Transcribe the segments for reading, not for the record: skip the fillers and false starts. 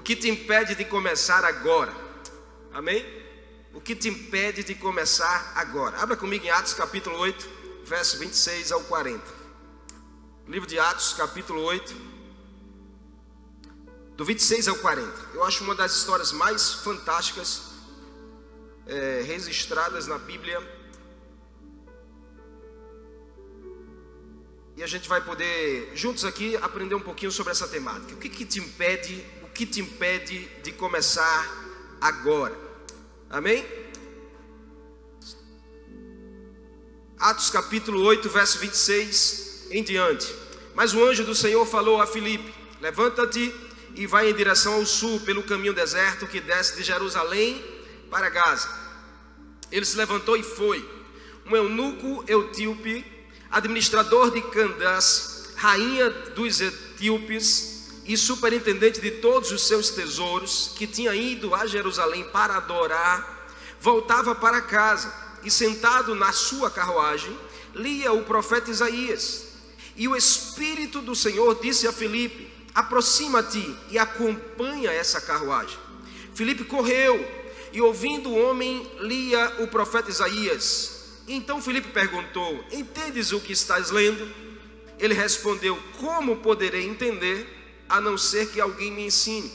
que te impede de começar agora? Amém? O que te impede de começar agora? Abra comigo em Atos capítulo 8, verso 26 ao 40. Livro de Atos capítulo 8, do 26 ao 40. Eu acho uma das histórias mais fantásticas registradas na Bíblia. E a gente vai poder, juntos aqui, aprender um pouquinho sobre essa temática. O que te impede de começar agora? Amém? Atos capítulo 8, verso 26 em diante. Mas o anjo do Senhor falou a Filipe: levanta-te e vai em direção ao sul, pelo caminho deserto que desce de Jerusalém para Gaza. Ele se levantou e foi. Um eunuco etíope, administrador de Candace, rainha dos etíopes e superintendente de todos os seus tesouros, que tinha ido a Jerusalém para adorar, voltava para casa e, sentado na sua carruagem, lia o profeta Isaías. E o Espírito do Senhor disse a Filipe: aproxima-te e acompanha essa carruagem. Filipe correu e, ouvindo o homem, lia o profeta Isaías. Então Filipe perguntou: entendes o que estás lendo? Ele respondeu: como poderei entender, a não ser que alguém me ensine?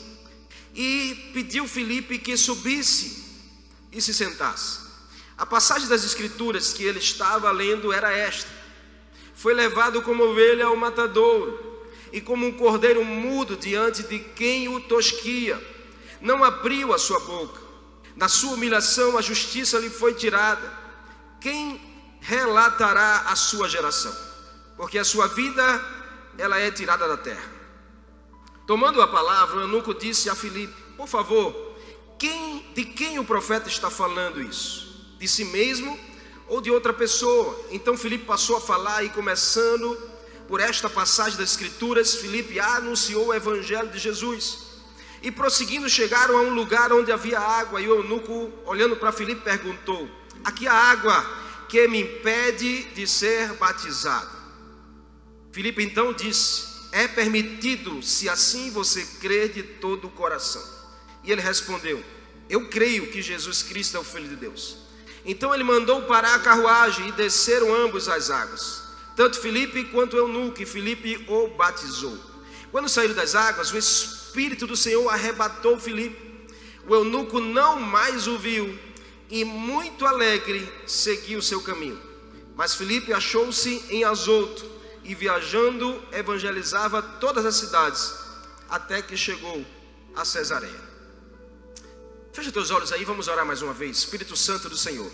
E pediu Filipe que subisse e se sentasse. A passagem das escrituras que ele estava lendo era esta: foi levado como ovelha ao matadouro, e como um cordeiro mudo diante de quem o tosquia, não abriu a sua boca. Na sua humilhação a justiça lhe foi tirada. Quem relatará a sua geração? Porque a sua vida, ela é tirada da terra. Tomando a palavra, o eunuco disse a Filipe: por favor, de quem o profeta está falando isso? De si mesmo ou de outra pessoa? Então Filipe passou a falar e, começando por esta passagem das escrituras, Filipe anunciou o evangelho de Jesus. E prosseguindo, chegaram a um lugar onde havia água, e o eunuco, olhando para Filipe, perguntou: aqui há água que me impede de ser batizado. Filipe então disse: é permitido, se assim você crê de todo o coração. E ele respondeu: eu creio que Jesus Cristo é o Filho de Deus. Então ele mandou parar a carruagem e desceram ambos as águas, tanto Filipe quanto o eunuco, e Filipe o batizou. Quando saíram das águas, o Espírito do Senhor arrebatou Filipe. O eunuco não mais o viu, e muito alegre seguiu o seu caminho. Mas Filipe achou-se em Azoto, e viajando evangelizava todas as cidades, até que chegou a Cesareia. Fecha teus olhos aí, vamos orar mais uma vez. Espírito Santo do Senhor,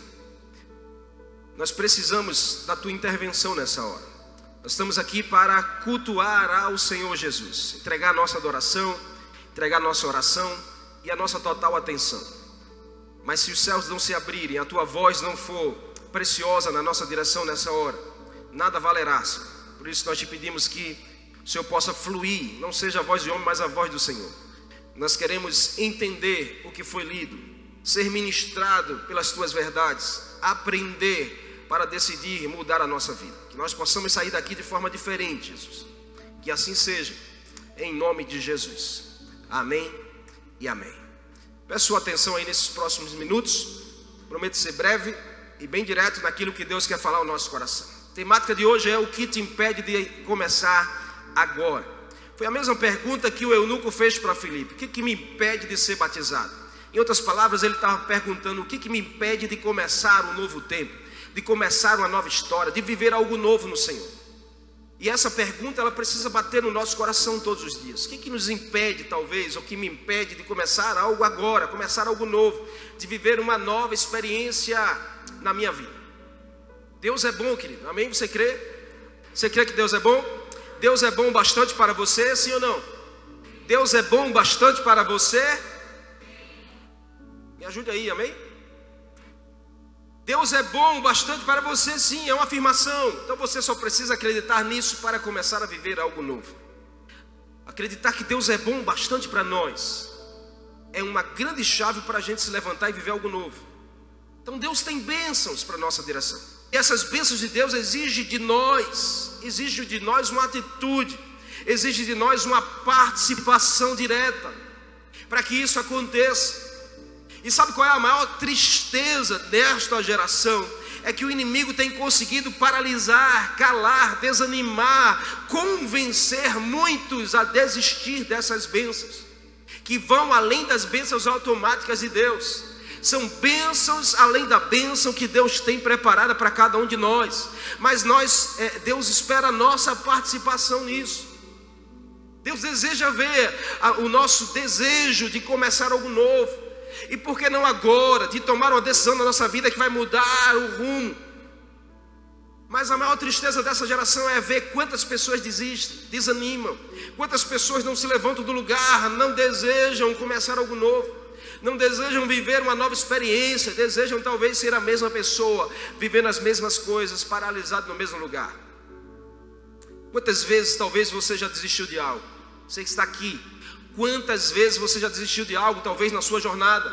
nós precisamos da tua intervenção nessa hora. Nós estamos aqui para cultuar ao Senhor Jesus, entregar a nossa adoração, entregar a nossa oração e a nossa total atenção. Mas se os céus não se abrirem, a tua voz não for preciosa na nossa direção nessa hora, nada valerá, Senhor. Por isso nós te pedimos que o Senhor possa fluir, não seja a voz de homem, mas a voz do Senhor. Nós queremos entender o que foi lido, ser ministrado pelas tuas verdades, aprender para decidir mudar a nossa vida. Que nós possamos sair daqui de forma diferente, Jesus. Que assim seja, em nome de Jesus. Amém e amém. Peço sua atenção aí nesses próximos minutos. Prometo ser breve e bem direto naquilo que Deus quer falar ao nosso coração. A temática de hoje é: o que te impede de começar agora? Foi a mesma pergunta que o eunuco fez para Filipe: o que me impede de ser batizado? Em outras palavras, ele estava perguntando: o que me impede de começar um novo tempo, de começar uma nova história, de viver algo novo no Senhor? E essa pergunta, ela precisa bater no nosso coração todos os dias. O que nos impede, talvez, ou que me impede de começar algo agora, começar algo novo, de viver uma nova experiência na minha vida? Deus é bom, querido, amém? Você crê? Você crê que Deus é bom? Deus é bom bastante para você, sim ou não? Deus é bom bastante para você? Me ajude aí, amém? Deus é bom bastante para você, sim, é uma afirmação. Então você só precisa acreditar nisso para começar a viver algo novo. Acreditar que Deus é bom bastante para nós é uma grande chave para a gente se levantar e viver algo novo. Então Deus tem bênçãos para a nossa direção. E essas bênçãos de Deus exigem de nós uma atitude, exigem de nós uma participação direta. para que isso aconteça. E sabe qual é a maior tristeza desta geração? É que o inimigo tem conseguido paralisar, calar, desanimar, convencer muitos a desistir dessas bênçãos, que vão além das bênçãos automáticas de Deus. São bênçãos além da bênção que Deus tem preparada para cada um de nós. Mas Deus espera a nossa participação nisso. Deus deseja ver o nosso desejo de começar algo novo. E por que não agora, de tomar uma decisão na nossa vida que vai mudar o rumo? Mas a maior tristeza dessa geração é ver quantas pessoas desistem, desanimam. Quantas pessoas não se levantam do lugar, não desejam começar algo novo, não desejam viver uma nova experiência, desejam talvez ser a mesma pessoa, vivendo as mesmas coisas, paralisado no mesmo lugar. Quantas vezes talvez você já desistiu de algo? Você que está aqui, quantas vezes você já desistiu de algo, talvez na sua jornada?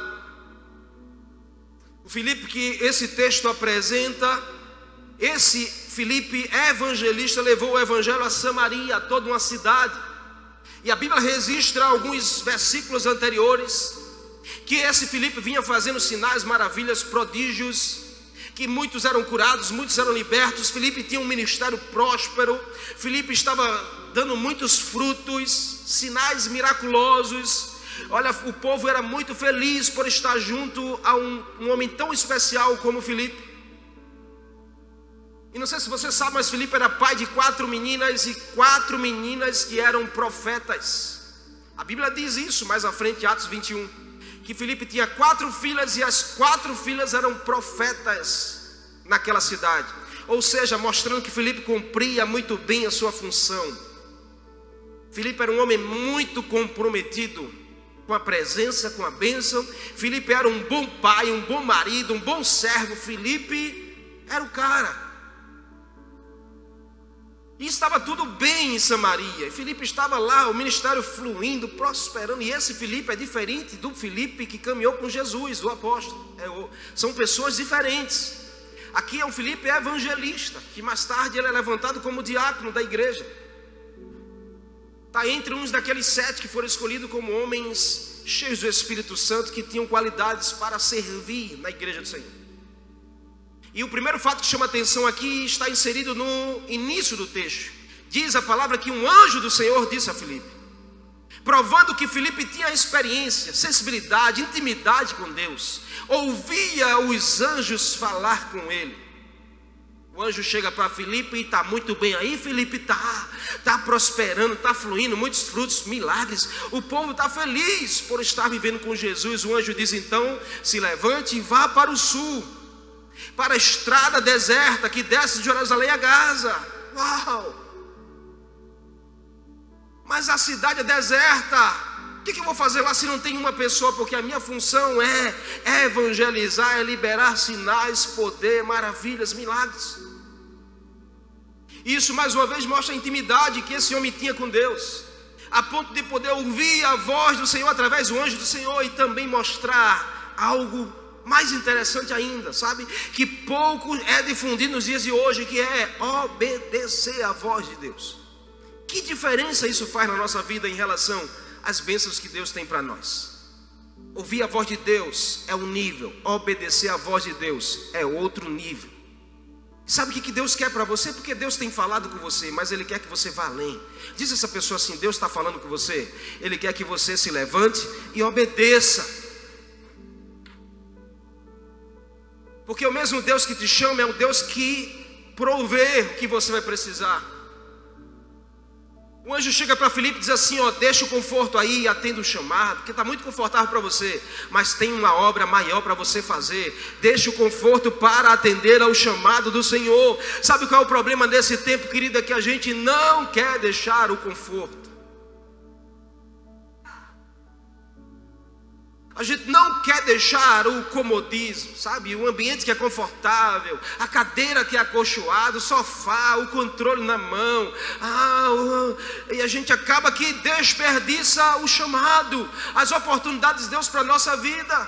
O Filipe que esse texto apresenta, esse Filipe evangelista levou o evangelho a Samaria, a toda uma cidade. E a Bíblia registra alguns versículos anteriores, que esse Filipe vinha fazendo sinais, maravilhas, prodígios, que muitos eram curados, muitos eram libertos. Filipe tinha um ministério próspero, Filipe estava dando muitos frutos, sinais miraculosos. Olha, o povo era muito feliz por estar junto a um homem tão especial como Filipe. E não sei se você sabe, mas Filipe era pai de 4 meninas, e 4 meninas que eram profetas. A Bíblia diz isso mais à frente, Atos 21, que Filipe tinha 4 filhas, e as 4 filhas eram profetas naquela cidade. Ou seja, mostrando que Filipe cumpria muito bem a sua função. Filipe era um homem muito comprometido com a presença, com a bênção. Filipe era um bom pai, um bom marido, um bom servo. Filipe era o cara. E estava tudo bem em Samaria. E Filipe estava lá, o ministério fluindo, prosperando. E esse Filipe é diferente do Filipe que caminhou com Jesus, o apóstolo. São pessoas diferentes. Aqui é um Filipe evangelista, que mais tarde ele é levantado como diácono da igreja. Está entre uns daqueles 7 que foram escolhidos como homens cheios do Espírito Santo, que tinham qualidades para servir na igreja do Senhor. E o primeiro fato que chama atenção aqui está inserido no início do texto. Diz a palavra que um anjo do Senhor disse a Filipe, provando que Filipe tinha experiência, sensibilidade, intimidade com Deus, ouvia os anjos falar com ele. O anjo chega para Filipe e está muito bem aí. Filipe está prosperando, está fluindo, muitos frutos, milagres. O povo está feliz por estar vivendo com Jesus. O anjo diz então, se levante e vá para o sul, para a estrada deserta que desce de Jerusalém a Gaza. Uau! Mas a cidade é deserta. O que eu vou fazer lá se não tem uma pessoa? Porque a minha função é evangelizar, é liberar sinais, poder, maravilhas, milagres. Isso mais uma vez mostra a intimidade que esse homem tinha com Deus, a ponto de poder ouvir a voz do Senhor através do anjo do Senhor, e também mostrar algo mais interessante ainda, sabe? Que pouco é difundido nos dias de hoje, que é obedecer à voz de Deus. Que diferença isso faz na nossa vida em relação as bênçãos que Deus tem para nós? Ouvir a voz de Deus é um nível, obedecer a voz de Deus é outro nível. Sabe o que Deus quer para você? Porque Deus tem falado com você, mas Ele quer que você vá além. Diz essa pessoa assim, Deus está falando com você, Ele quer que você se levante e obedeça. Porque o mesmo Deus que te chama é o Deus que provê o que você vai precisar. O anjo chega para Filipe e diz assim, deixa o conforto aí, atenda o chamado, porque está muito confortável para você, mas tem uma obra maior para você fazer. Deixa o conforto para atender ao chamado do Senhor. Sabe qual é o problema desse tempo, querida? Que a gente não quer deixar o conforto. A gente não quer deixar o comodismo, sabe? O ambiente que é confortável, a cadeira que é acolchoada, o sofá, o controle na mão. E a gente acaba que desperdiça o chamado, as oportunidades de Deus para a nossa vida.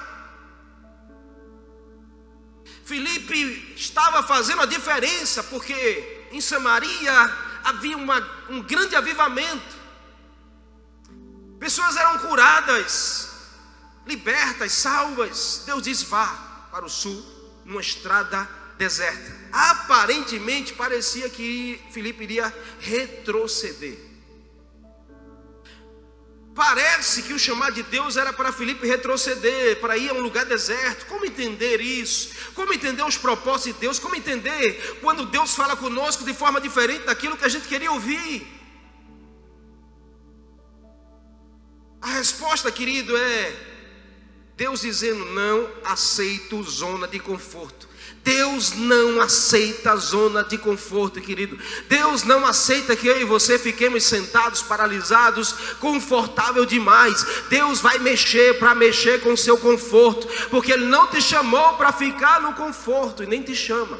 Filipe estava fazendo a diferença, porque em Samaria havia um grande avivamento. Pessoas eram curadas, libertas, salvas. Deus diz: vá para o sul, numa estrada deserta. Aparentemente parecia que Filipe iria retroceder. Parece que o chamado de Deus era para Filipe retroceder, para ir a um lugar deserto. Como entender isso? Como entender os propósitos de Deus? Como entender quando Deus fala conosco de forma diferente daquilo que a gente queria ouvir? A resposta, querido, é Deus dizendo: não aceito zona de conforto. Deus não aceita zona de conforto, querido. Deus não aceita que eu e você fiquemos sentados, paralisados, confortável demais. Deus vai mexer para mexer com o seu conforto, porque Ele não te chamou para ficar no conforto e nem te chama.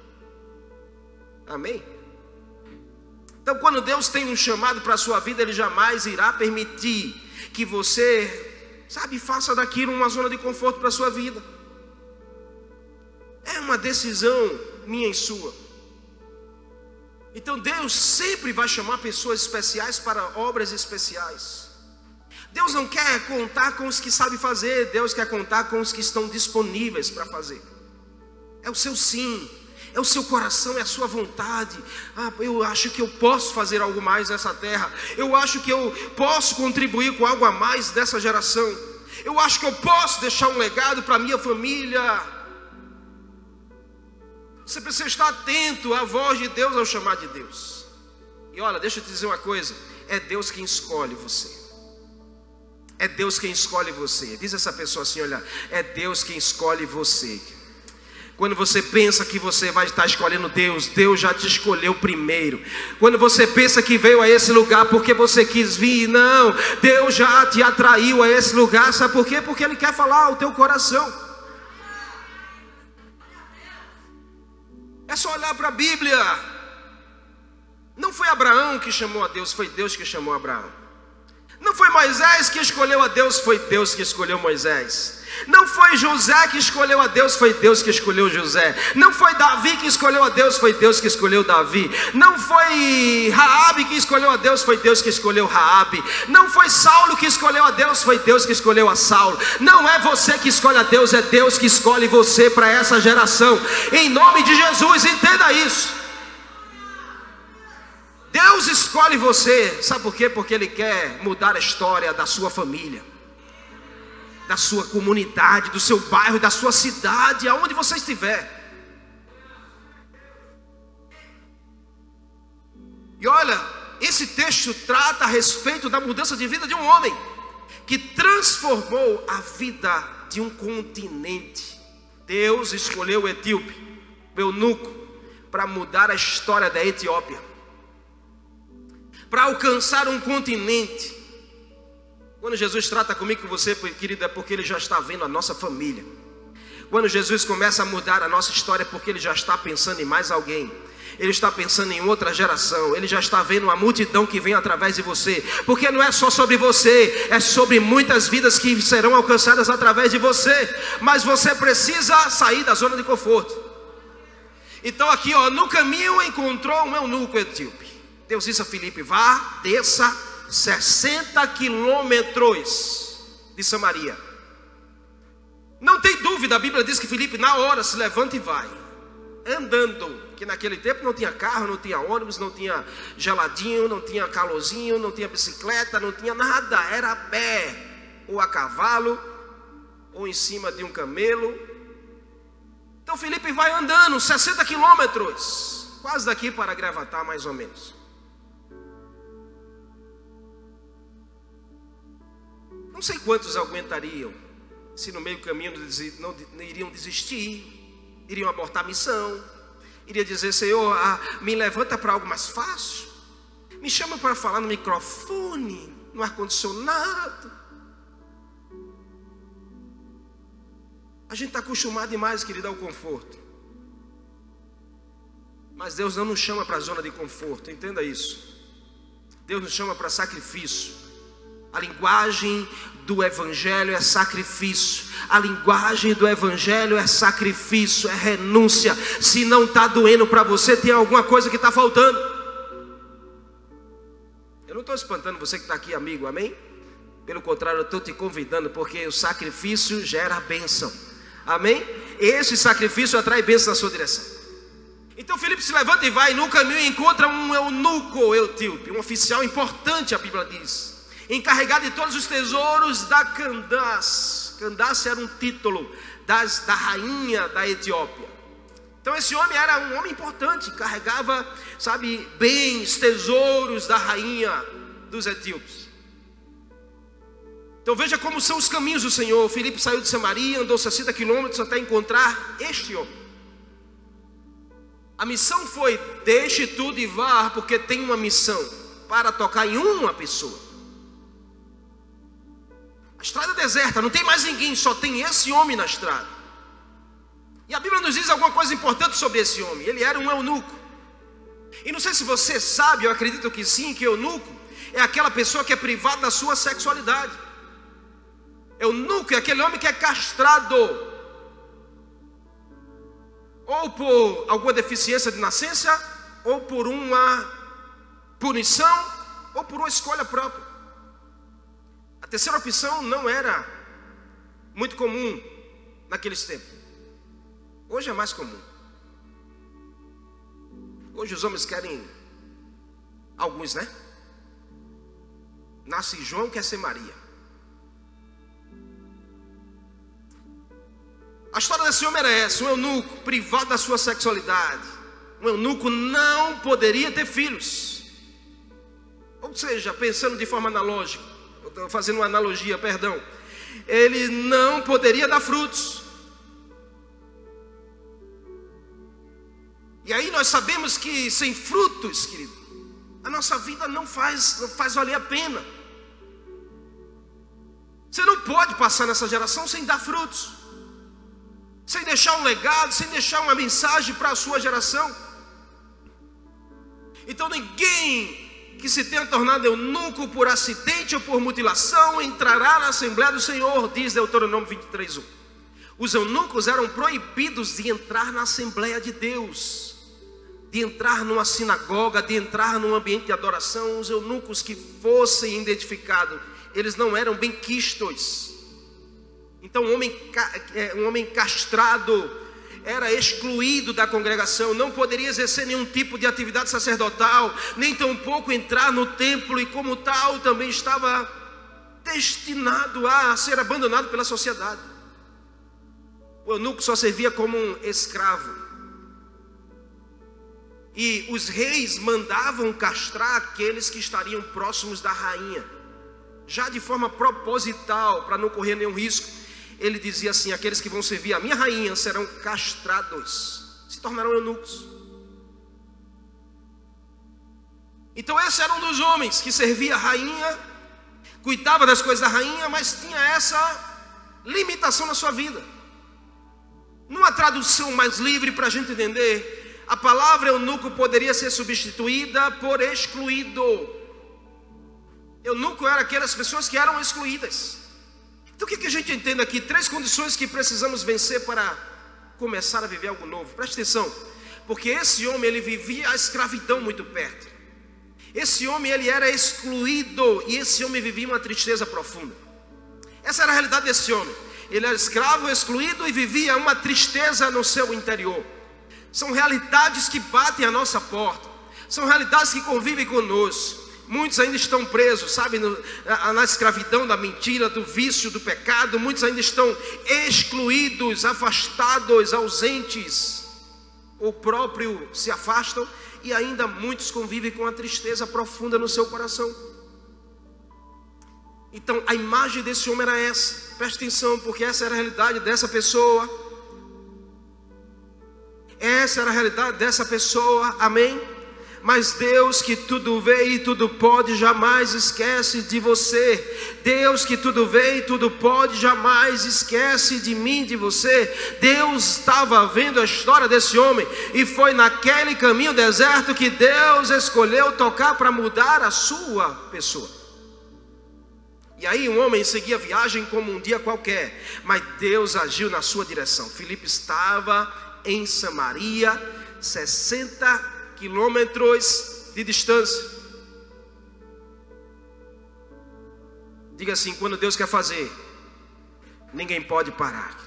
Amém? Então, quando Deus tem um chamado para a sua vida, Ele jamais irá permitir que você, faça daquilo uma zona de conforto para a sua vida. É uma decisão minha e sua. Então Deus sempre vai chamar pessoas especiais para obras especiais. Deus não quer contar com os que sabem fazer, Deus quer contar com os que estão disponíveis para fazer. É o seu sim, é o seu coração, é a sua vontade. Eu acho que eu posso fazer algo mais nessa terra. Eu acho que eu posso contribuir com algo a mais dessa geração. Eu acho que eu posso deixar um legado para a minha família. Você precisa estar atento à voz de Deus, ao chamar de Deus. E olha, deixa eu te dizer uma coisa: é Deus quem escolhe você. É Deus quem escolhe você. Diz essa pessoa assim: olha, é Deus quem escolhe você. Quando você pensa que você vai estar escolhendo Deus, Deus já te escolheu primeiro. Quando você pensa que veio a esse lugar porque você quis vir, não, Deus já te atraiu a esse lugar. Sabe por quê? Porque Ele quer falar ao teu coração. É só olhar para a Bíblia. Não foi Abraão que chamou a Deus, foi Deus que chamou Abraão. Não foi Moisés que escolheu a Deus, foi Deus que escolheu Moisés. Não foi José que escolheu a Deus, foi Deus que escolheu José. Não foi Davi que escolheu a Deus, foi Deus que escolheu Davi. Não foi Raabe que escolheu a Deus, foi Deus que escolheu Raabe. Não foi Saulo que escolheu a Deus, foi Deus que escolheu a Saulo. Não é você que escolhe a Deus, é Deus que escolhe você para essa geração. Em nome de Jesus, entenda isso. Deus escolhe você, sabe por quê? Porque Ele quer mudar a história da sua família, da sua comunidade, do seu bairro, da sua cidade, aonde você estiver. E olha, esse texto trata a respeito da mudança de vida de um homem que transformou a vida de um continente. Deus escolheu o etíope, o eunuco, para mudar a história da Etiópia, para alcançar um continente. Quando Jesus trata comigo e com você, querido, é porque Ele já está vendo a nossa família. Quando Jesus começa a mudar a nossa história, é porque Ele já está pensando em mais alguém. Ele está pensando em outra geração. Ele já está vendo uma multidão que vem através de você. Porque não é só sobre você, é sobre muitas vidas que serão alcançadas através de você. Mas você precisa sair da zona de conforto. Então aqui, no caminho encontrou um eunuco etíope. Deus disse a Filipe: vá, desça 60 quilômetros de Samaria. Não tem dúvida, a Bíblia diz que Filipe na hora se levanta e vai, andando, que naquele tempo não tinha carro, não tinha ônibus, não tinha geladinho, não tinha calorzinho, não tinha bicicleta, não tinha nada, era a pé, ou a cavalo, ou em cima de um camelo. Então Filipe vai andando 60 quilômetros, quase daqui para Gravatar mais ou menos. Não sei quantos aguentariam, se no meio do caminho não iriam desistir, iriam abortar a missão, iriam dizer: Senhor, me levanta para algo mais fácil, me chama para falar no microfone, no ar-condicionado. A gente está acostumado demais, querido, ao conforto. Mas Deus não nos chama para a zona de conforto, entenda isso. Deus nos chama para sacrifício. A linguagem do Evangelho é sacrifício. A linguagem do Evangelho é sacrifício, é renúncia. Se não está doendo para você, tem alguma coisa que está faltando. Eu não estou espantando você que está aqui, amigo, amém? Pelo contrário, eu estou te convidando, porque o sacrifício gera bênção. Amém? Esse sacrifício atrai bênção na sua direção. Então Filipe se levanta e vai. No caminho encontra um eunuco etíope, um oficial importante, a Bíblia diz, encarregado de todos os tesouros da Candace. Candace era um título da rainha da Etiópia. Então esse homem era um homem importante, carregava, bens, tesouros da rainha dos etíopes. Então veja como são os caminhos do Senhor. Filipe saiu de Samaria, andou 60 quilômetros até encontrar este homem. A missão foi: deixe tudo e vá, porque tem uma missão para tocar em uma pessoa. A estrada é deserta, não tem mais ninguém, só tem esse homem na estrada. E a Bíblia nos diz alguma coisa importante sobre esse homem. Ele era um eunuco. E não sei se você sabe, eu acredito que sim, que eunuco é aquela pessoa que é privada da sua sexualidade. Eunuco é aquele homem que é castrado, ou por alguma deficiência de nascença, ou por uma punição, ou por uma escolha própria. A terceira opção não era muito comum naqueles tempos. Hoje é mais comum. Hoje os homens querem, alguns, né? Nasce João, quer ser Maria. A história desse homem era essa: um eunuco privado da sua sexualidade. Um eunuco não poderia ter filhos. Ou seja, pensando de forma analógica, fazendo uma analogia, perdão, ele não poderia dar frutos. E aí nós sabemos que sem frutos, querido, a nossa vida não faz valer a pena. Você não pode passar nessa geração sem dar frutos, sem deixar um legado, sem deixar uma mensagem para a sua geração. Então ninguém que se tenha tornado eunuco por acidente ou por mutilação entrará na Assembleia do Senhor, diz Deuteronômio 23:1. Os eunucos eram proibidos de entrar na Assembleia de Deus, de entrar numa sinagoga, de entrar num ambiente de adoração. Os eunucos que fossem identificados, eles não eram benquistos. Então um homem castrado era excluído da congregação, não poderia exercer nenhum tipo de atividade sacerdotal, nem tampouco entrar no templo, e como tal também estava destinado a ser abandonado pela sociedade. O eunuco só servia como um escravo. E os reis mandavam castrar aqueles que estariam próximos da rainha, já de forma proposital, para não correr nenhum risco. Ele dizia assim: aqueles que vão servir a minha rainha serão castrados, se tornarão eunucos. Então esse era um dos homens que servia a rainha, cuidava das coisas da rainha, mas tinha essa limitação na sua vida. Numa tradução mais livre para a gente entender, a palavra eunuco poderia ser substituída por excluído. Eunuco era aquelas pessoas que eram excluídas. Então o que a gente entende aqui? 3 condições que precisamos vencer para começar a viver algo novo. Preste atenção, porque esse homem, ele vivia a escravidão muito perto. Esse homem, ele era excluído, e esse homem vivia uma tristeza profunda. Essa era a realidade desse homem. Ele era escravo, excluído, e vivia uma tristeza no seu interior. São realidades que batem à nossa porta, são realidades que convivem conosco. Muitos ainda estão presos, na escravidão da mentira, do vício, do pecado. Muitos ainda estão excluídos, afastados, ausentes, ou próprio se afastam, e ainda muitos convivem com a tristeza profunda no seu coração. Então a imagem desse homem era essa. Preste atenção, porque essa era a realidade dessa pessoa. Essa era a realidade dessa pessoa, amém? Mas Deus, que tudo vê e tudo pode, jamais esquece de você. Deus, que tudo vê e tudo pode, jamais esquece de mim, de você. Deus estava vendo a história desse homem, e foi naquele caminho deserto que Deus escolheu tocar para mudar a sua pessoa. E aí um homem seguia a viagem como um dia qualquer, mas Deus agiu na sua direção. Filipe estava em Samaria, 60 quilômetros de distância. Diga assim: quando Deus quer fazer, ninguém pode parar.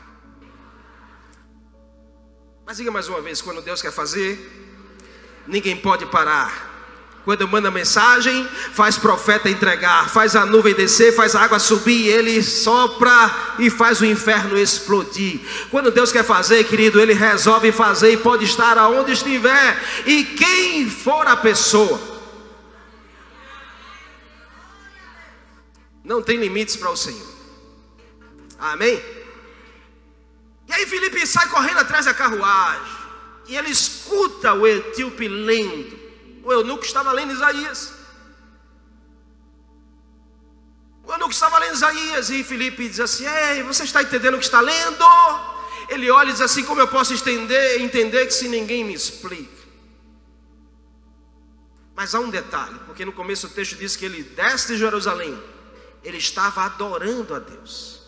Mas diga mais uma vez: quando Deus quer fazer, ninguém pode parar. Quando manda mensagem, faz profeta entregar, faz a nuvem descer, faz a água subir, ele sopra e faz o inferno explodir. Quando Deus quer fazer, querido, ele resolve fazer e pode estar aonde estiver, e quem for a pessoa. Não tem limites para o Senhor. Amém? E aí Filipe sai correndo atrás da carruagem, e ele escuta o etíope lendo. O eunuco estava lendo Isaías. O eunuco estava lendo Isaías, e Filipe diz assim: ei, você está entendendo o que está lendo? Ele olha e diz assim: como eu posso entender que se ninguém me explica? Mas há um detalhe, porque no começo do texto diz que ele desce de Jerusalém, ele estava adorando a Deus.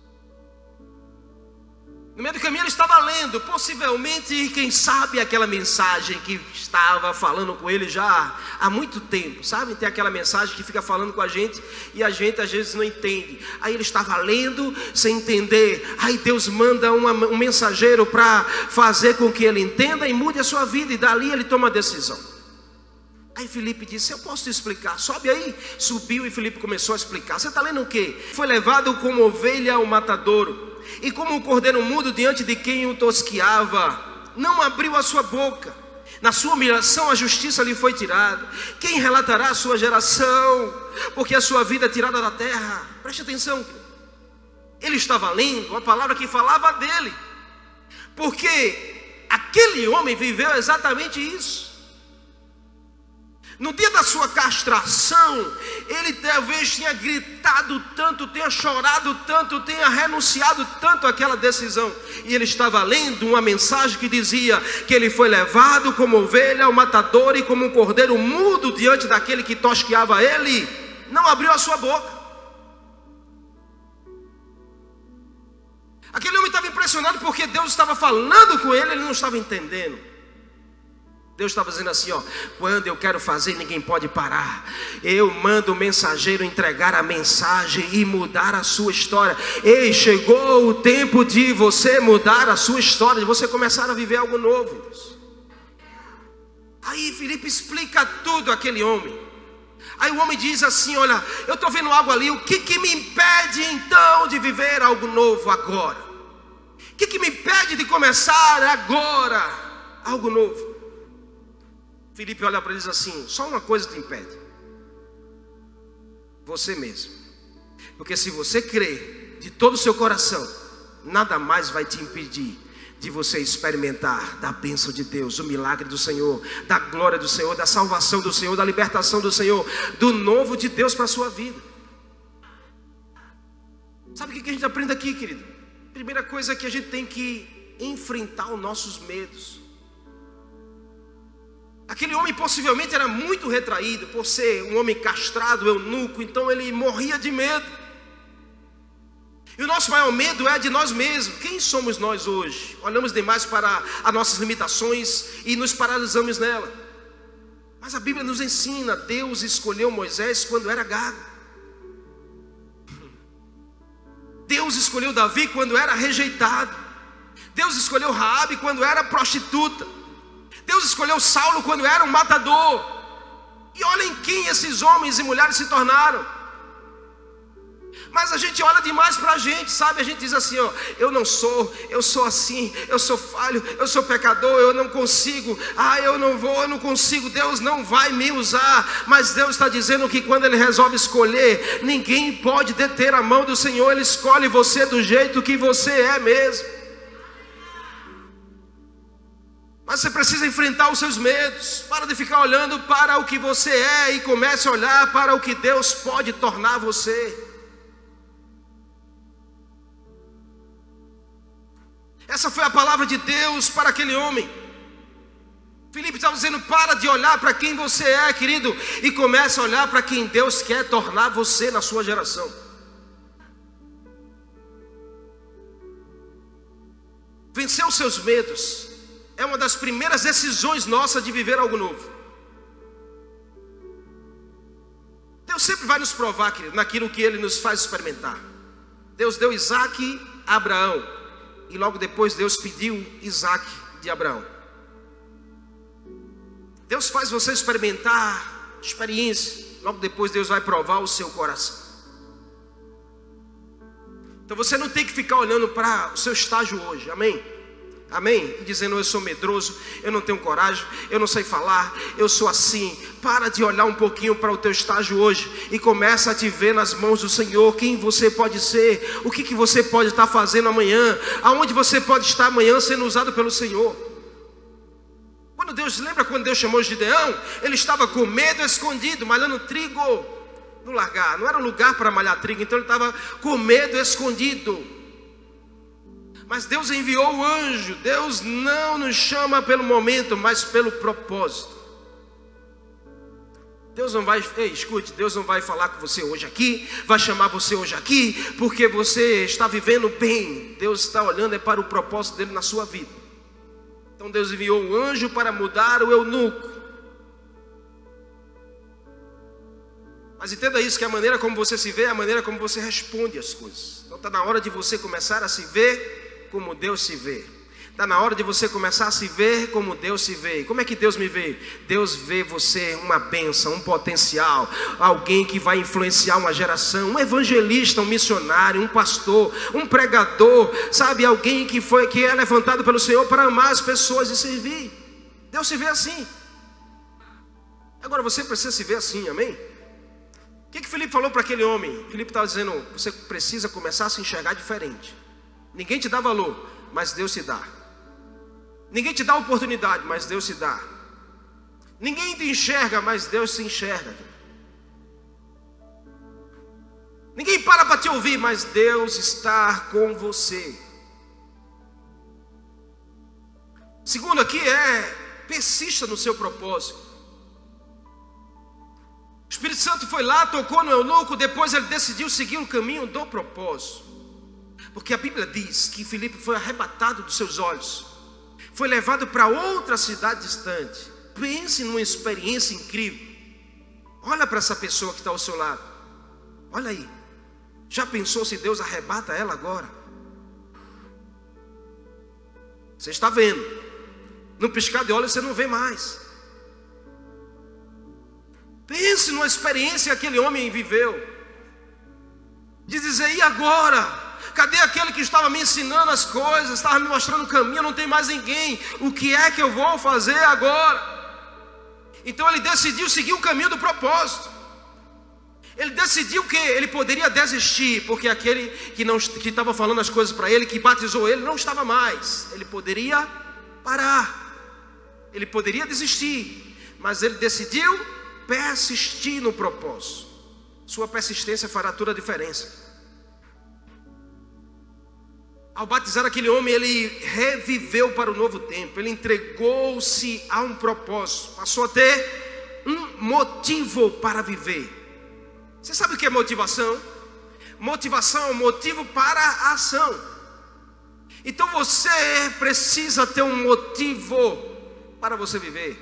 No meio do caminho ele estava lendo, possivelmente, quem sabe, aquela mensagem que estava falando com ele já há muito tempo. Sabe, tem aquela mensagem que fica falando com a gente e a gente às vezes não entende. Aí ele estava lendo sem entender. Aí Deus manda um mensageiro para fazer com que ele entenda e mude a sua vida, e dali ele toma a decisão. Aí Filipe disse: eu posso te explicar, sobe aí. Subiu e Filipe começou a explicar. Você está lendo o quê? Foi levado como ovelha ao matadouro, e como um cordeiro mudo diante de quem o tosqueava, não abriu a sua boca. Na sua humilhação a justiça lhe foi tirada. Quem relatará a sua geração? Porque a sua vida é tirada da terra. Preste atenção. Ele estava lendo a palavra que falava dele, porque aquele homem viveu exatamente isso. No dia da sua castração, ele talvez tenha gritado tanto, tenha chorado tanto, tenha renunciado tanto àquela decisão. E ele estava lendo uma mensagem que dizia que ele foi levado como ovelha ao matador, e como um cordeiro mudo diante daquele que tosqueava ele, não abriu a sua boca. Aquele homem estava impressionado porque Deus estava falando com ele, ele não estava entendendo. Deus estava dizendo assim: ó, quando eu quero fazer, ninguém pode parar. Eu mando o mensageiro entregar a mensagem e mudar a sua história. Ei, chegou o tempo de você mudar a sua história, de você começar a viver algo novo. Aí Filipe explica tudo àquele homem. Aí o homem diz assim: olha, eu estou vendo algo ali, o que me impede então de viver algo novo agora? O que me impede de começar agora algo novo? Filipe olha para ele e diz assim: só uma coisa te impede: você mesmo. Porque se você crer de todo o seu coração, nada mais vai te impedir de você experimentar da bênção de Deus, o milagre do Senhor, da glória do Senhor, da salvação do Senhor, da libertação do Senhor, do novo de Deus para a sua vida. Sabe o que a gente aprende aqui, querido? Primeira coisa é que a gente tem que enfrentar os nossos medos. Aquele homem possivelmente era muito retraído, por ser um homem castrado, eunuco, então ele morria de medo. E o nosso maior medo é de nós mesmos. Quem somos nós hoje? Olhamos demais para as nossas limitações e nos paralisamos nela. Mas a Bíblia nos ensina: Deus escolheu Moisés quando era gago. Deus escolheu Davi quando era rejeitado. Deus escolheu Raabe quando era prostituta. Deus escolheu Saulo quando era um matador. E olhem quem esses homens e mulheres se tornaram. Mas a gente olha demais para a gente, sabe? A gente diz assim: ó, eu sou assim, eu sou falho, eu sou pecador, eu não consigo, eu não consigo, Deus não vai me usar. Mas Deus está dizendo que quando Ele resolve escolher, ninguém pode deter a mão do Senhor. Ele escolhe você do jeito que você é mesmo. Mas você precisa enfrentar os seus medos. Para de ficar olhando para o que você é e comece a olhar para o que Deus pode tornar você. Essa foi a palavra de Deus para aquele homem. Filipe estava dizendo: para de olhar para quem você é, querido, e comece a olhar para quem Deus quer tornar você na sua geração. Vencer os seus medos é uma das primeiras decisões nossas de viver algo novo. Deus sempre vai nos provar, querido, naquilo que Ele nos faz experimentar. Deus deu Isaac a Abraão, e logo depois Deus pediu Isaac de Abraão. Deus faz você experimentar experiência, logo depois Deus vai provar o seu coração. Então você não tem que ficar olhando para o seu estágio hoje, amém? Amém? E dizendo: eu sou medroso, eu não tenho coragem, eu não sei falar, eu sou assim. Para de olhar um pouquinho para o teu estágio hoje e começa a te ver nas mãos do Senhor. Quem você pode ser, o que você pode estar fazendo amanhã, aonde você pode estar amanhã sendo usado pelo Senhor. Lembra quando Deus chamou Gideão? Ele estava com medo, escondido, malhando trigo no largar. Não era um lugar para malhar trigo, então ele estava com medo, escondido. Mas Deus enviou o anjo. Deus não nos chama pelo momento, mas pelo propósito. Deus não vai, escute, Deus não vai falar com você hoje aqui, vai chamar você hoje aqui, porque você está vivendo bem. Deus está olhando para o propósito dele na sua vida. Então Deus enviou o anjo para mudar o eunuco. Mas entenda isso, que a maneira como você se vê é a maneira como você responde às coisas. Então está na hora de você começar a se ver como Deus se vê. Está na hora de você começar a se ver como Deus se vê. Como é que Deus me vê? Deus vê você uma bênção, um potencial, alguém que vai influenciar uma geração, um evangelista, um missionário, um pastor, um pregador, sabe, alguém que é levantado pelo Senhor para amar as pessoas e servir. Deus se vê assim. Agora você precisa se ver assim, amém? O que Filipe falou para aquele homem? Filipe estava dizendo: você precisa começar a se enxergar diferente. Ninguém te dá valor, mas Deus te dá. Ninguém te dá oportunidade, mas Deus te dá. Ninguém te enxerga, mas Deus se enxerga. Ninguém para te ouvir, mas Deus está com você. Segundo aqui persista no seu propósito. O Espírito Santo foi lá, tocou no eunuco, depois ele decidiu seguir o caminho do propósito. Porque a Bíblia diz que Filipe foi arrebatado dos seus olhos, foi levado para outra cidade distante. Pense numa experiência incrível. Olha para essa pessoa que está ao seu lado. Olha aí. Já pensou se Deus arrebata ela agora? Você está vendo. No piscar de olhos você não vê mais. Pense numa experiência que aquele homem viveu. De dizer: e agora? Cadê aquele que estava me ensinando as coisas, estava me mostrando o caminho? Não tem mais ninguém. O que é que eu vou fazer agora? Então ele decidiu seguir o caminho do propósito. Ele decidiu que ele poderia desistir, porque aquele que estava falando as coisas para ele, que batizou ele, não estava mais. Ele poderia parar, ele poderia desistir, mas ele decidiu persistir no propósito. Sua persistência fará toda a diferença. Ao batizar aquele homem, ele reviveu para o novo tempo. Ele entregou-se a um propósito. Passou a ter um motivo para viver. Você sabe o que é motivação? Motivação é um motivo para a ação. Então você precisa ter um motivo para você viver.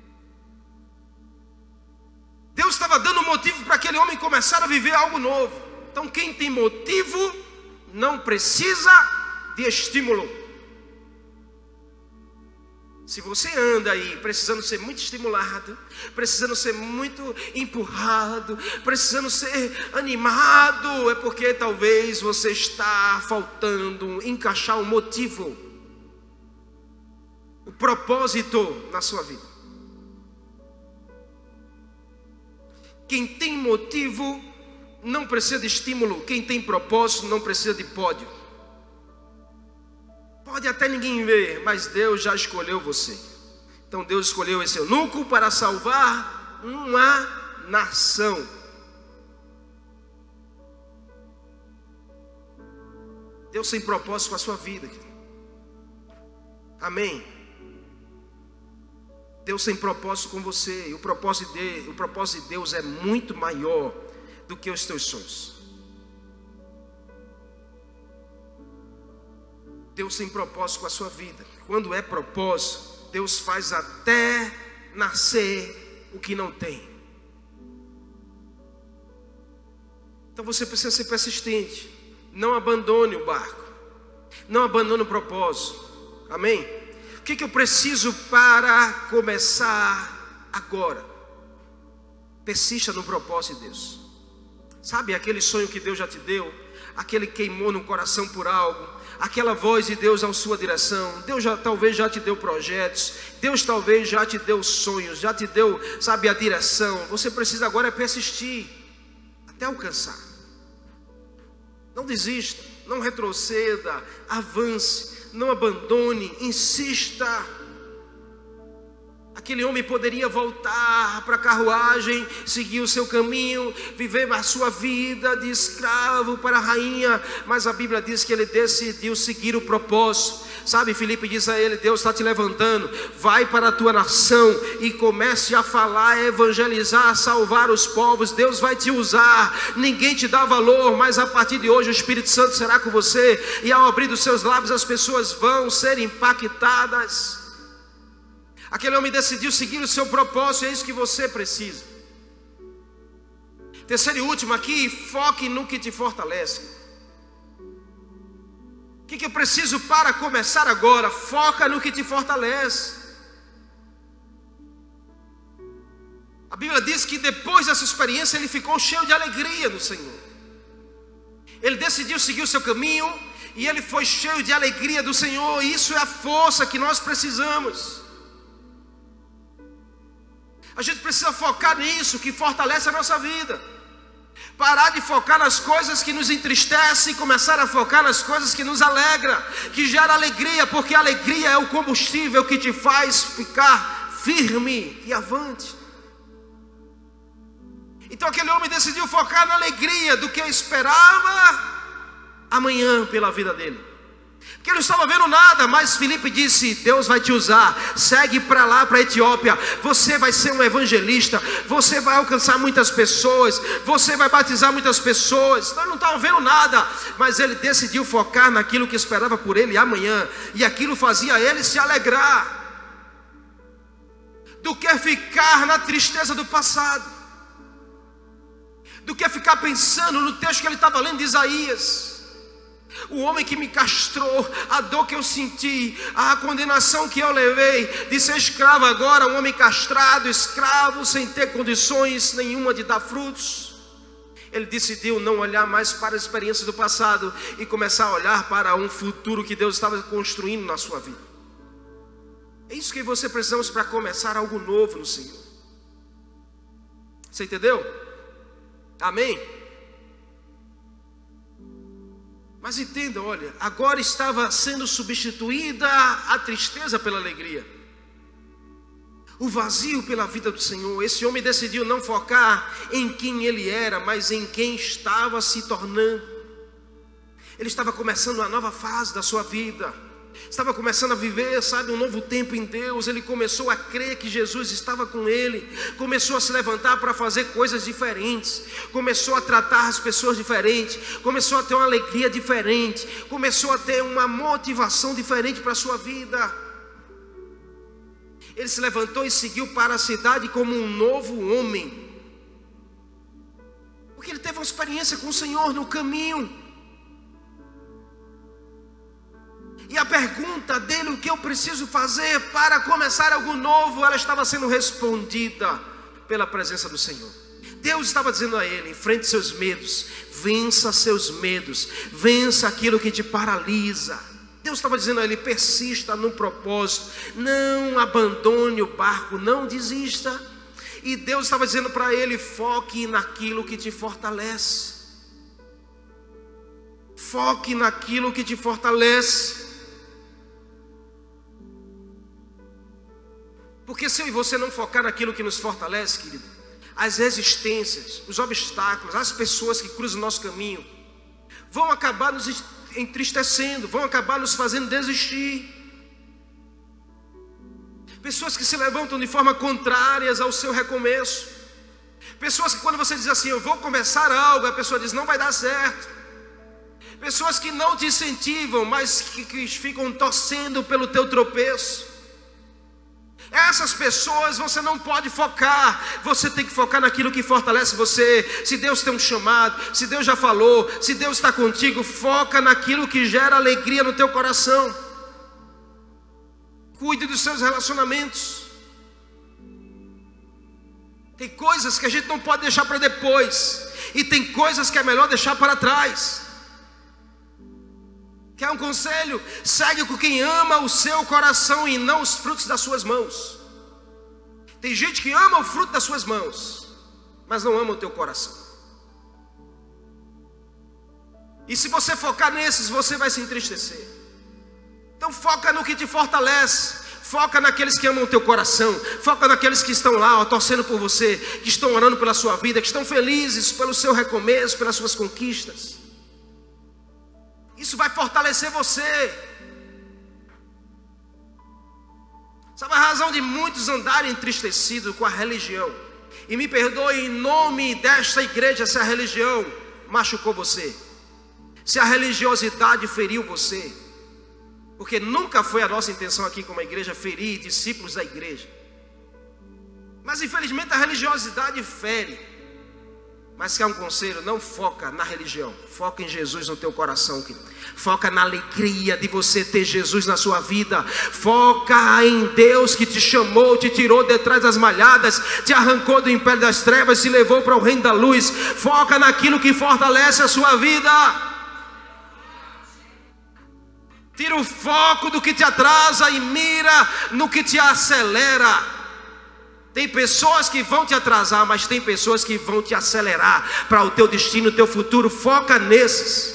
Deus estava dando um motivo para aquele homem começar a viver algo novo. Então quem tem motivo não precisa de estímulo. Se você anda aí precisando ser muito estimulado, precisando ser muito empurrado, precisando ser animado, é porque talvez você está faltando encaixar o motivo, o propósito na sua vida. Quem tem motivo não precisa de estímulo. Quem tem propósito não precisa de pódio. Pode até ninguém ver, mas Deus já escolheu você. Então Deus escolheu esse eunuco para salvar uma nação. Deus tem propósito com a sua vida. Amém? Deus tem propósito com você. E o propósito de Deus é muito maior do que os teus sonhos. Deus tem propósito com a sua vida. Quando é propósito, Deus faz até nascer o que não tem. Então você precisa ser persistente. Não abandone o barco. Não abandone o propósito. Amém? O que eu preciso para começar agora? Persista no propósito de Deus. Sabe aquele sonho que Deus já te deu? Aquele que queimou no coração por algo? Aquela voz de Deus à sua direção? Deus talvez já te deu projetos. Deus talvez já te deu sonhos. Já te deu, sabe, a direção. Você precisa agora persistir até alcançar. Não desista, não retroceda, avance, não abandone, insista. Aquele homem poderia voltar para a carruagem, seguir o seu caminho, viver a sua vida de escravo para a rainha, mas a Bíblia diz que ele decidiu seguir o propósito. Sabe, Filipe diz a ele: Deus está te levantando, vai para a tua nação e comece a falar, a evangelizar, a salvar os povos. Deus vai te usar, ninguém te dá valor, mas a partir de hoje o Espírito Santo será com você, e ao abrir os seus lábios as pessoas vão ser impactadas. Aquele homem decidiu seguir o seu propósito, e é isso que você precisa. Terceiro e último aqui: foque no que te fortalece. O que eu preciso para começar agora? Foca no que te fortalece. A Bíblia diz que depois dessa experiência ele ficou cheio de alegria no Senhor. Ele decidiu seguir o seu caminho e ele foi cheio de alegria do Senhor. Isso é a força que nós precisamos. A gente precisa focar nisso que fortalece a nossa vida. Parar de focar nas coisas que nos entristecem e começar a focar nas coisas que nos alegram, que gera alegria, porque a alegria é o combustível que te faz ficar firme e avante. Então aquele homem decidiu focar na alegria do que esperava amanhã pela vida dele. Porque ele não estava vendo nada, mas Filipe disse: Deus vai te usar, segue para lá, para a Etiópia, você vai ser um evangelista, você vai alcançar muitas pessoas, você vai batizar muitas pessoas. Então ele não estava vendo nada, mas ele decidiu focar naquilo que esperava por ele amanhã, e aquilo fazia ele se alegrar, do que ficar na tristeza do passado, do que ficar pensando no texto que ele estava lendo de Isaías. O homem que me castrou, a dor que eu senti, a condenação que eu levei de ser escravo, agora um homem castrado, escravo, sem ter condições nenhuma de dar frutos. Ele decidiu não olhar mais para as experiências do passado e começar a olhar para um futuro que Deus estava construindo na sua vida. É isso que você precisamos para começar algo novo no Senhor. Você entendeu? Amém? Mas entenda, olha, agora estava sendo substituída a tristeza pela alegria, o vazio pela vida do Senhor. Esse homem decidiu não focar em quem ele era, mas em quem estava se tornando. Ele estava começando uma nova fase da sua vida, estava começando a viver, sabe, um novo tempo em Deus. Ele começou a crer que Jesus estava com ele, começou a se levantar para fazer coisas diferentes, começou a tratar as pessoas diferentes, começou a ter uma alegria diferente, começou a ter uma motivação diferente para a sua vida. Ele se levantou e seguiu para a cidade como um novo homem, porque ele teve uma experiência com o Senhor no caminho. E a pergunta dele: o que eu preciso fazer para começar algo novo? Ela estava sendo respondida pela presença do Senhor. Deus estava dizendo a ele: enfrente seus medos, vença seus medos, vença aquilo que te paralisa. Deus estava dizendo a ele: persista no propósito, não abandone o barco, não desista. E Deus estava dizendo para ele: foque naquilo que te fortalece. Foque naquilo que te fortalece. Porque se eu e você não focar naquilo que nos fortalece, querido, as resistências, os obstáculos, as pessoas que cruzam o nosso caminho vão acabar nos entristecendo, vão acabar nos fazendo desistir. Pessoas que se levantam de forma contrárias ao seu recomeço. Pessoas que, quando você diz assim: eu vou começar algo, a pessoa diz: não vai dar certo. Pessoas que não te incentivam, mas que ficam torcendo pelo teu tropeço. Essas pessoas você não pode focar. Você tem que focar naquilo que fortalece você. Se Deus tem um chamado, se Deus já falou, se Deus está contigo, foca naquilo que gera alegria no teu coração. Cuide dos seus relacionamentos. Tem coisas que a gente não pode deixar para depois, e tem coisas que é melhor deixar para trás. Quer um conselho? Segue com quem ama o seu coração e não os frutos das suas mãos. Tem gente que ama o fruto das suas mãos, mas não ama o teu coração. E se você focar nesses, você vai se entristecer. Então foca no que te fortalece. Foca naqueles que amam o teu coração. Foca naqueles que estão lá, ó, torcendo por você, que estão orando pela sua vida, que estão felizes pelo seu recomeço, pelas suas conquistas. Isso vai fortalecer você. Sabe a razão de muitos andarem entristecidos com a religião? E me perdoe em nome desta igreja se a religião machucou você, se a religiosidade feriu você. Porque nunca foi a nossa intenção aqui como igreja ferir discípulos da igreja. Mas infelizmente a religiosidade fere. Mas quer um conselho? Não foca na religião. Foca em Jesus no teu coração. Foca na alegria de você ter Jesus na sua vida. Foca em Deus que te chamou, te tirou de trás das malhadas, te arrancou do império das trevas, te levou para o reino da luz. Foca naquilo que fortalece a sua vida. Tira o foco do que te atrasa e mira no que te acelera. Tem pessoas que vão te atrasar, mas tem pessoas que vão te acelerar para o teu destino, o teu futuro. Foca nesses.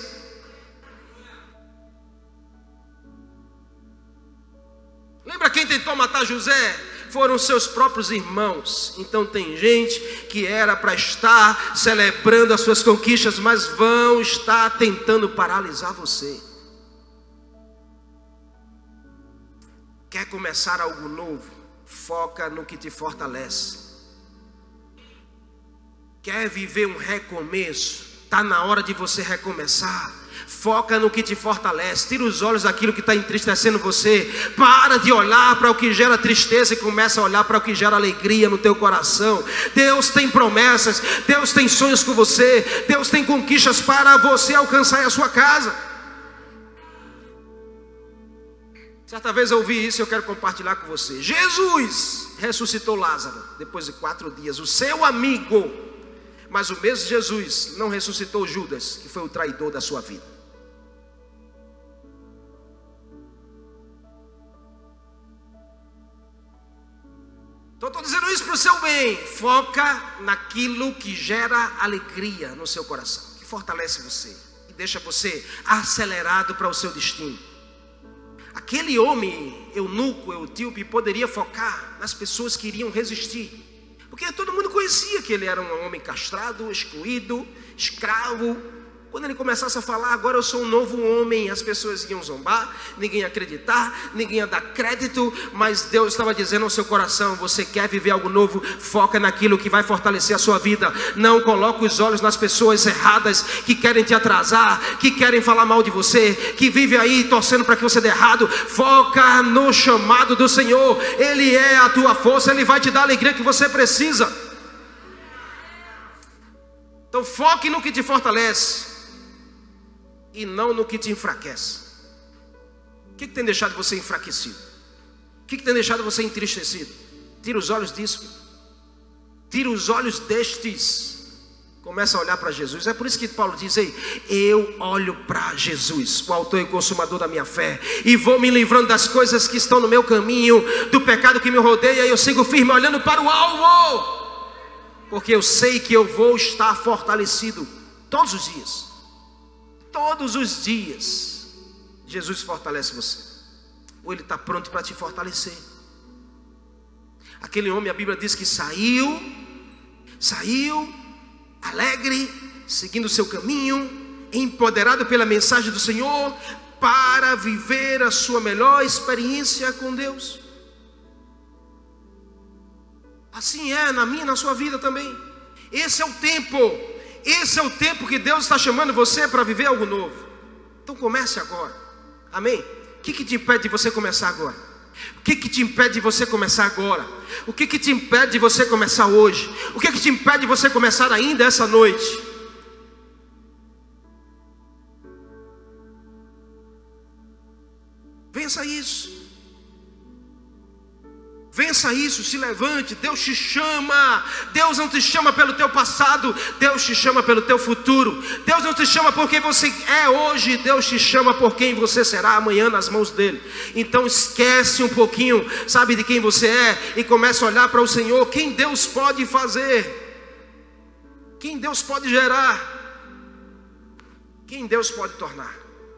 Lembra quem tentou matar José? Foram seus próprios irmãos. Então tem gente que era para estar celebrando as suas conquistas, mas vão estar tentando paralisar você. Quer começar algo novo? Foca no que te fortalece. Quer viver um recomeço? Está na hora de você recomeçar. Foca no que te fortalece. Tira os olhos daquilo que está entristecendo você. Para de olhar para o que gera tristeza e começa a olhar para o que gera alegria no teu coração. Deus tem promessas, Deus tem sonhos com você, Deus tem conquistas para você alcançar a sua casa. Certa vez eu ouvi isso e eu quero compartilhar com você. Jesus ressuscitou Lázaro depois de 4 dias, o seu amigo. Mas o mesmo Jesus não ressuscitou Judas, que foi o traidor da sua vida. Então estou dizendo isso para o seu bem. Foca naquilo que gera alegria no seu coração, que fortalece você, que deixa você acelerado para o seu destino. Aquele homem eunuco, etíope, poderia focar nas pessoas que iriam resistir, porque todo mundo conhecia que ele era um homem castrado, excluído, escravo. Quando ele começasse a falar, agora eu sou um novo homem, as pessoas iam zombar, ninguém ia acreditar, ninguém ia dar crédito. Mas Deus estava dizendo ao seu coração: você quer viver algo novo? Foca naquilo que vai fortalecer a sua vida. Não coloque os olhos nas pessoas erradas que querem te atrasar, que querem falar mal de você, que vivem aí torcendo para que você dê errado. Foca no chamado do Senhor. Ele é a tua força, Ele vai te dar a alegria que você precisa. Então foque no que te fortalece e não no que te enfraquece. O que tem deixado você enfraquecido? O que tem deixado você entristecido? Tira os olhos disso. Tira os olhos destes. Começa a olhar para Jesus. É por isso que Paulo diz: ei, eu olho para Jesus, o autor e consumador da minha fé, e vou me livrando das coisas que estão no meu caminho, do pecado que me rodeia, e eu sigo firme olhando para o alvo, porque eu sei que eu vou estar fortalecido todos os dias. Todos os dias Jesus fortalece você, ou Ele está pronto para te fortalecer. Aquele homem, a Bíblia diz que saiu alegre, seguindo o seu caminho, empoderado pela mensagem do Senhor, para viver a sua melhor experiência com Deus. Assim é na minha e na sua vida também. Esse é o tempo. Esse é o tempo que Deus está chamando você para viver algo novo. Então comece agora. Amém? O que te impede de você começar agora? O que te impede de você começar agora? O que te impede de você começar hoje? O que te impede de você começar ainda essa noite? Vença isso. Vença isso, se levante. Deus te chama. Deus não te chama pelo teu passado, Deus te chama pelo teu futuro. Deus não te chama por quem você é hoje, Deus te chama por quem você será amanhã nas mãos dele. Então esquece um pouquinho, sabe, de quem você é, e começa a olhar para o Senhor. Quem Deus pode fazer, quem Deus pode gerar, quem Deus pode tornar.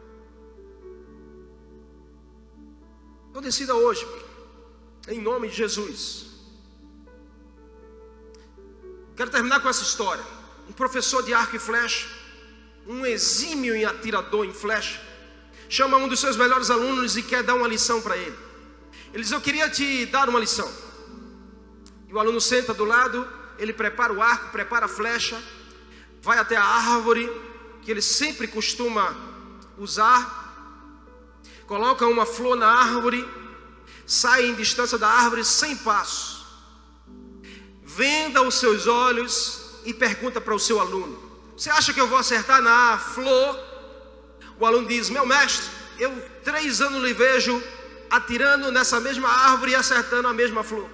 Então decida hoje, em nome de Jesus. Quero terminar com essa história. Um professor de arco e flecha, um exímio em atirador em flecha, chama um dos seus melhores alunos e quer dar uma lição para ele. Ele diz: eu queria te dar uma lição. E o aluno senta do lado, ele prepara o arco, prepara a flecha, vai até a árvore que ele sempre costuma usar, coloca uma flor na árvore, sai em distância da árvore 100 passos, venda os seus olhos e pergunta para o seu aluno: você acha que eu vou acertar na flor? O aluno diz: meu mestre, eu 3 anos lhe vejo atirando nessa mesma árvore e acertando a mesma flor.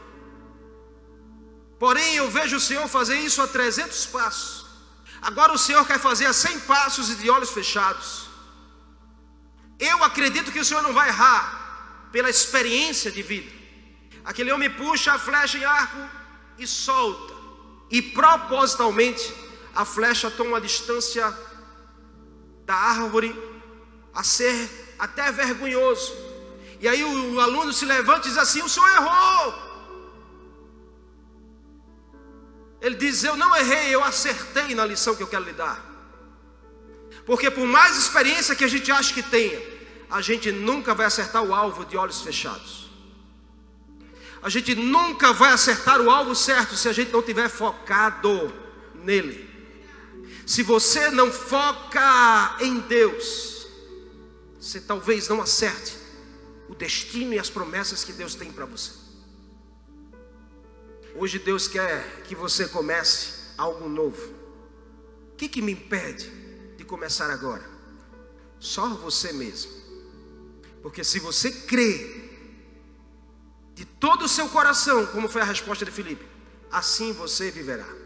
Porém eu vejo o senhor fazer isso a 300 passos. Agora o senhor quer fazer a 100 passos e de olhos fechados. Eu acredito que o senhor não vai errar pela experiência de vida. Aquele homem puxa a flecha em arco e solta, e propositalmente a flecha toma uma distância da árvore a ser até vergonhoso. E aí o aluno se levanta e diz assim: o senhor errou. Ele diz: eu não errei, eu acertei na lição que eu quero lhe dar. Porque por mais experiência que a gente acha que tenha, a gente nunca vai acertar o alvo de olhos fechados. A gente nunca vai acertar o alvo certo se a gente não estiver focado nele. Se você não foca em Deus, você talvez não acerte o destino e as promessas que Deus tem para você. Hoje Deus quer que você comece algo novo. O que me impede de começar agora? Só você mesmo. Porque se você crê de todo o seu coração, como foi a resposta de Filipe, assim você viverá.